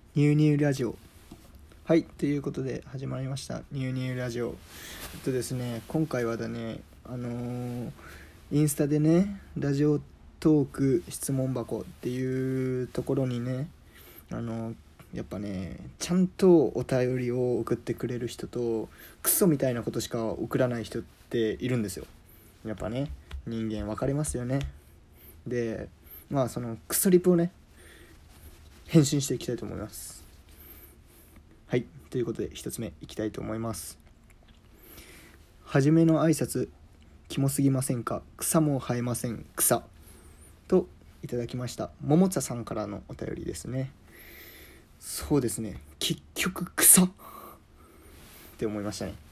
ニューニューラジオ。はい、ということで始まりましたニューニューラジオ。ですね、今回はだね、インスタでね、ラジオトーク質問箱っていうところにね、やっぱね、ちゃんとお便りを送ってくれる人とクソみたいなことしか送らない人っているんですよ。やっぱね、人間分かれますよね。で、そのクソリプをね、返信していきたいと思います。はい、ということで一つ目いきたいと思います。はじめの挨拶キモすぎませんか？草も生えません草といただきました。ももちゃさんからのお便りですね。そうですね、結局草って思いましたね。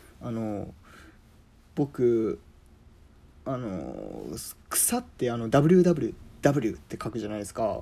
僕草ってWWW って書くじゃないですか。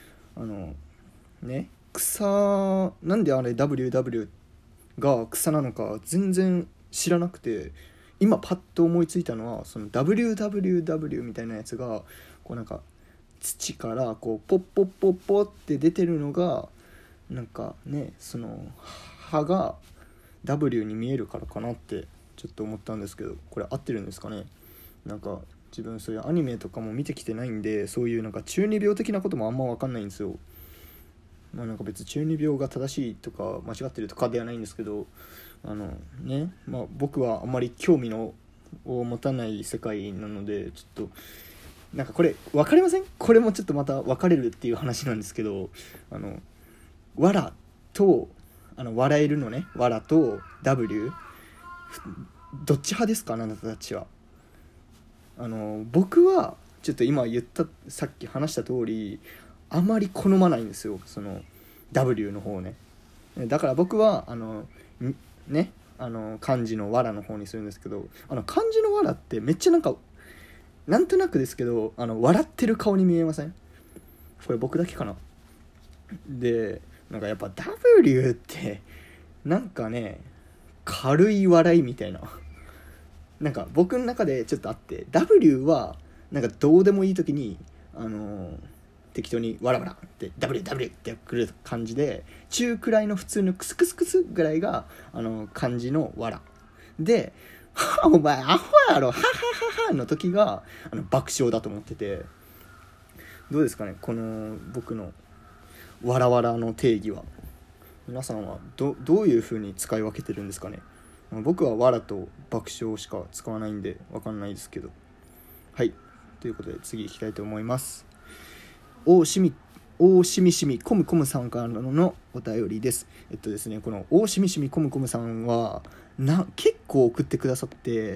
草なんであれ WW が草なのか全然知らなくて、今パッと思いついたのはその WWW みたいなやつがこうなんか土からこうポッポッポッポって出てるのがなんかね、その葉が W に見えるからかなってちょっと思ったんですけど、これ合ってるんですかね。なんか自分そういうアニメとかも見てきてないんで、そういうなんか中二病的なこともあんま分かんないんですよ。なんか別に中二病が正しいとか間違ってるとかではないんですけど、僕はあんまり興味を持たない世界なので、ちょっとなんかこれ分かりません？これもちょっとまた分かれるっていう話なんですけど、わらと笑えるのね、わらと W どっち派ですか？あなたたちは。僕はちょっと今さっき話した通りあまり好まないんですよ、その W の方ね。だから僕は漢字のわらの方にするんですけど、漢字のわらってめっちゃなんとなくですけど笑ってる顔に見えません？これ僕だけかな。でなんかやっぱ W ってなんかね、軽い笑いみたいななんか僕の中でちょっとあって、 W はなんかどうでもいい時に適当にわらわらって WW ってくる感じで、中くらいの普通のクスクスクスぐらいが漢字のわらで、はお前アホやろははははの時が爆笑だと思ってて、どうですかね、この僕のわらわらの定義は。皆さんはどういう風に使い分けてるんですかね。僕はわらと爆笑しか使わないんで分かんないですけど。はい、ということで次行きたいと思います。大しみしみコムコムさんからのお便りです。ですね、この大しみしみコムコムさんは結構送ってくださって、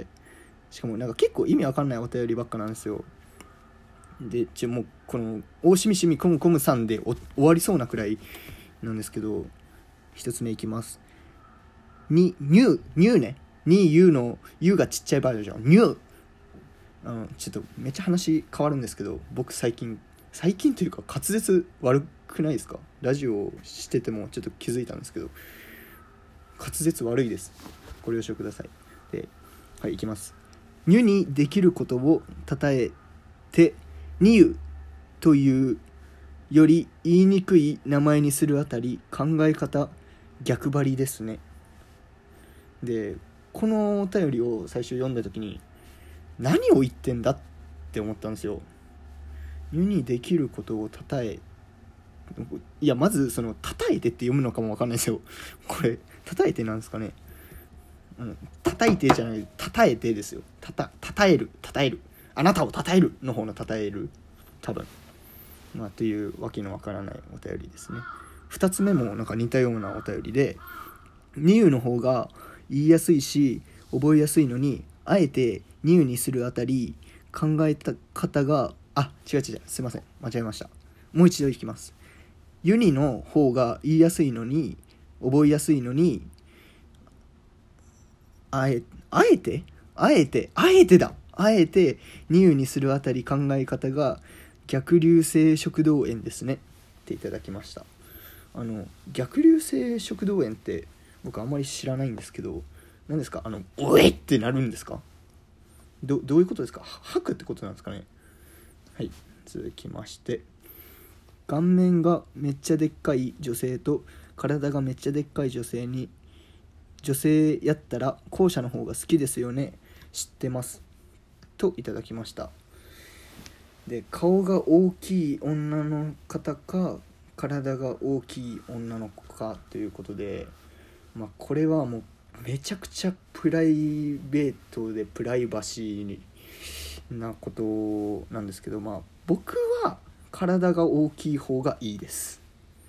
しかもなんか結構意味わかんないお便りばっかなんですよ。でもうこの大しみしみコムコムさんで終わりそうなくらいなんですけど、一つ目いきます。ニューね、に U の U がちっちゃいバージョンニュー。ちょっとめっちゃ話変わるんですけど、僕最近というか滑舌悪くないですか？ラジオしててもちょっと気づいたんですけど、滑舌悪いです。ご了承ください。で、はい、いきます。ニュにできることを称えてニュというより言いにくい名前にするあたり、考え方逆張りですね。でこのお便りを最初読んだ時に何を言ってんだって思ったんですよ。世にできることを称え、いやまずその称えてって読むのかも分かんないですよ。これ称えてなんですかね。叩いてじゃない、称えてですよ。称えるあなたを称えるの方の称える、多分というわけのわからないお便りですね。2つ目もなんか似たようなお便りで、ニューの方が言いやすいし覚えやすいのにあえてニューにするあたり、考えた方が違うすいません、間違えました。もう一度いきます。ユニの方が言いやすいのに覚えやすいのにあえてニューにするあたり、考え方が逆流性食道炎ですねっていただきました。逆流性食道炎って僕あんまり知らないんですけど、何ですか？おえってなるんですか？どういうことですか？吐くってことなんですかね。はい、続きまして、 顔面がめっちゃでっかい女性と体がめっちゃでっかい女性やったら後者の方が好きですよね、知ってますといただきました。で、顔が大きい女の方か体が大きい女の子かということで、これはもうめちゃくちゃプライベートでプライバシーなことなんですけど、僕は体が大きい方がいいです。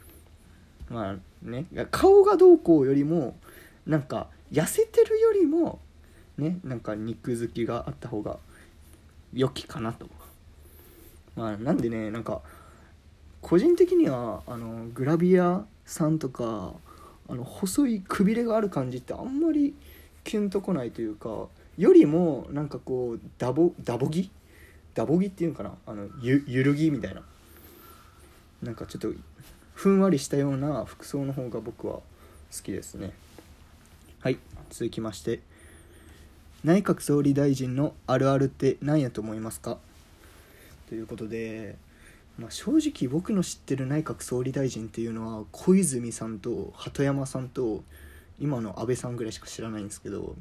顔がどうこうよりもなんか痩せてるよりもね、なんか肉付きがあった方が良きかなと。なんでね、なんか個人的にはグラビアさんとか細いくびれがある感じってあんまりキュンとこないというか、よりもなんかこうダボギっていうのかな、ゆるぎみたいな、なんかちょっとふんわりしたような服装の方が僕は好きですね。はい、続きまして、内閣総理大臣のあるあるって何やと思いますかということで、正直僕の知ってる内閣総理大臣っていうのは小泉さんと鳩山さんと今の安倍さんぐらいしか知らないんですけど、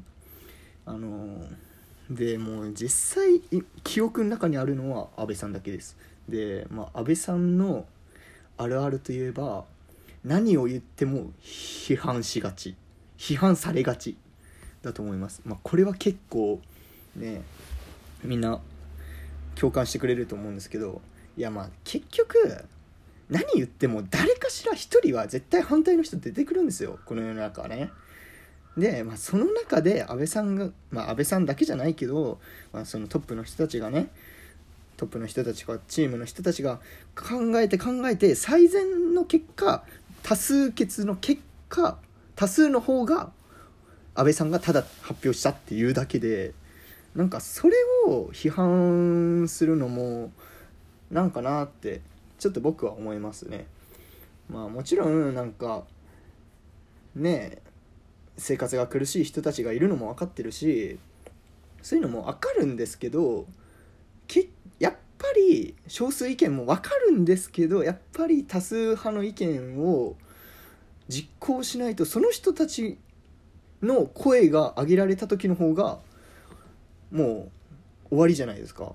でもう実際記憶の中にあるのは安倍さんだけです。で、安倍さんのあるあるといえば、何を言っても批判されがちだと思います。これは結構ね、みんな共感してくれると思うんですけど、いや結局何言っても誰かしら一人は絶対反対の人出てくるんですよ、この世の中はね。で、その中で安倍さんが、安倍さんだけじゃないけど、そのトップの人たちがチームの人たちが考えて最善の結果、多数決の結果、多数の方が安倍さんがただ発表したっていうだけで、なんかそれを批判するのもなんかなってちょっと僕は思いますね。もちろんなんかね、生活が苦しい人たちがいるのも分かってるし、そういうのも分かるんですけど、やっぱり少数意見も分かるんですけど、やっぱり多数派の意見を実行しないと、その人たちの声が上げられた時の方がもう終わりじゃないですか。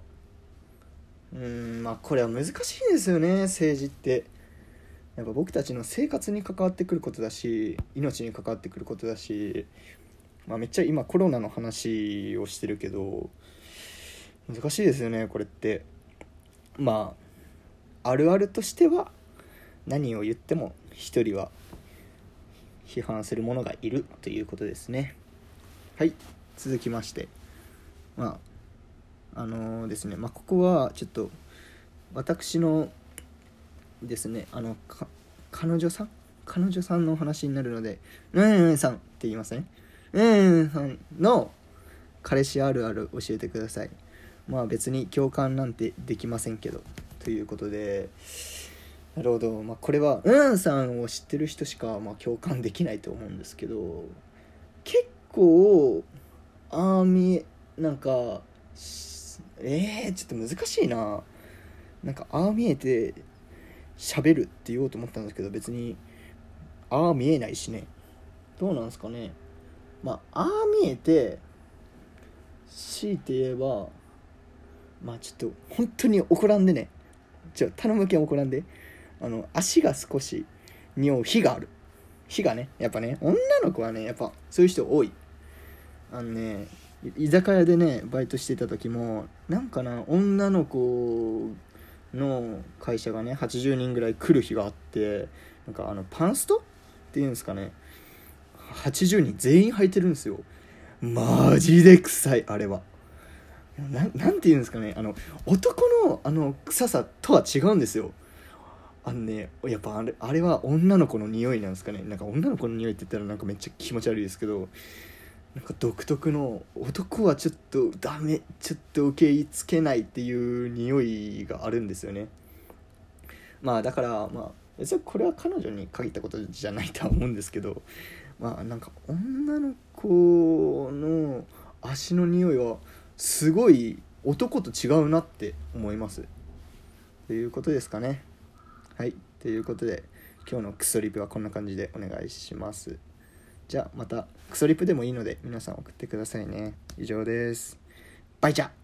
これは難しいですよね、政治って。やっぱ僕たちの生活に関わってくることだし、命に関わってくることだし、めっちゃ今コロナの話をしてるけど難しいですよね、これって。あるあるとしては、何を言っても一人は批判する者がいるということですね。はい、続きまして、ですね、ここはちょっと私のですね、彼女さんのお話になるので、さんって言いますね。さんの彼氏あるある教えてください。別に共感なんてできませんけど、ということで、なるほど。これはさんを知ってる人しか共感できないと思うんですけど、結構なんかちょっと難しいな。なんか見えて喋るって言おうと思ったんですけど、別に見えないしね。どうなんですかね。見えて強いて言えば、ちょっと本当に怒らんでね、頼むけん怒らんで、足が少し匂う日がある。日がね、やっぱね、女の子はね、やっぱそういう人多い。居酒屋でねバイトしてた時も、女の子の会社がね80人ぐらい来る日があって、パンストっていうんですかね、80人全員履いてるんですよ。マジで臭い、あれは。なんていうんですかね、男の臭さとは違うんですよ。やっぱあれは女の子の匂いなんですかね。女の子の匂いって言ったらめっちゃ気持ち悪いですけど、独特の、男はちょっとダメ、ちょっと受け入れつけないっていう匂いがあるんですよね。だから別にこれは彼女に限ったことじゃないとは思うんですけど、女の子の足の匂いはすごい男と違うなって思いますということですかね。はい。 はいということで今日のクソリプはこんな感じでお願いします。じゃあまたクソリプでもいいので皆さん送ってくださいね。以上です。バイチャ。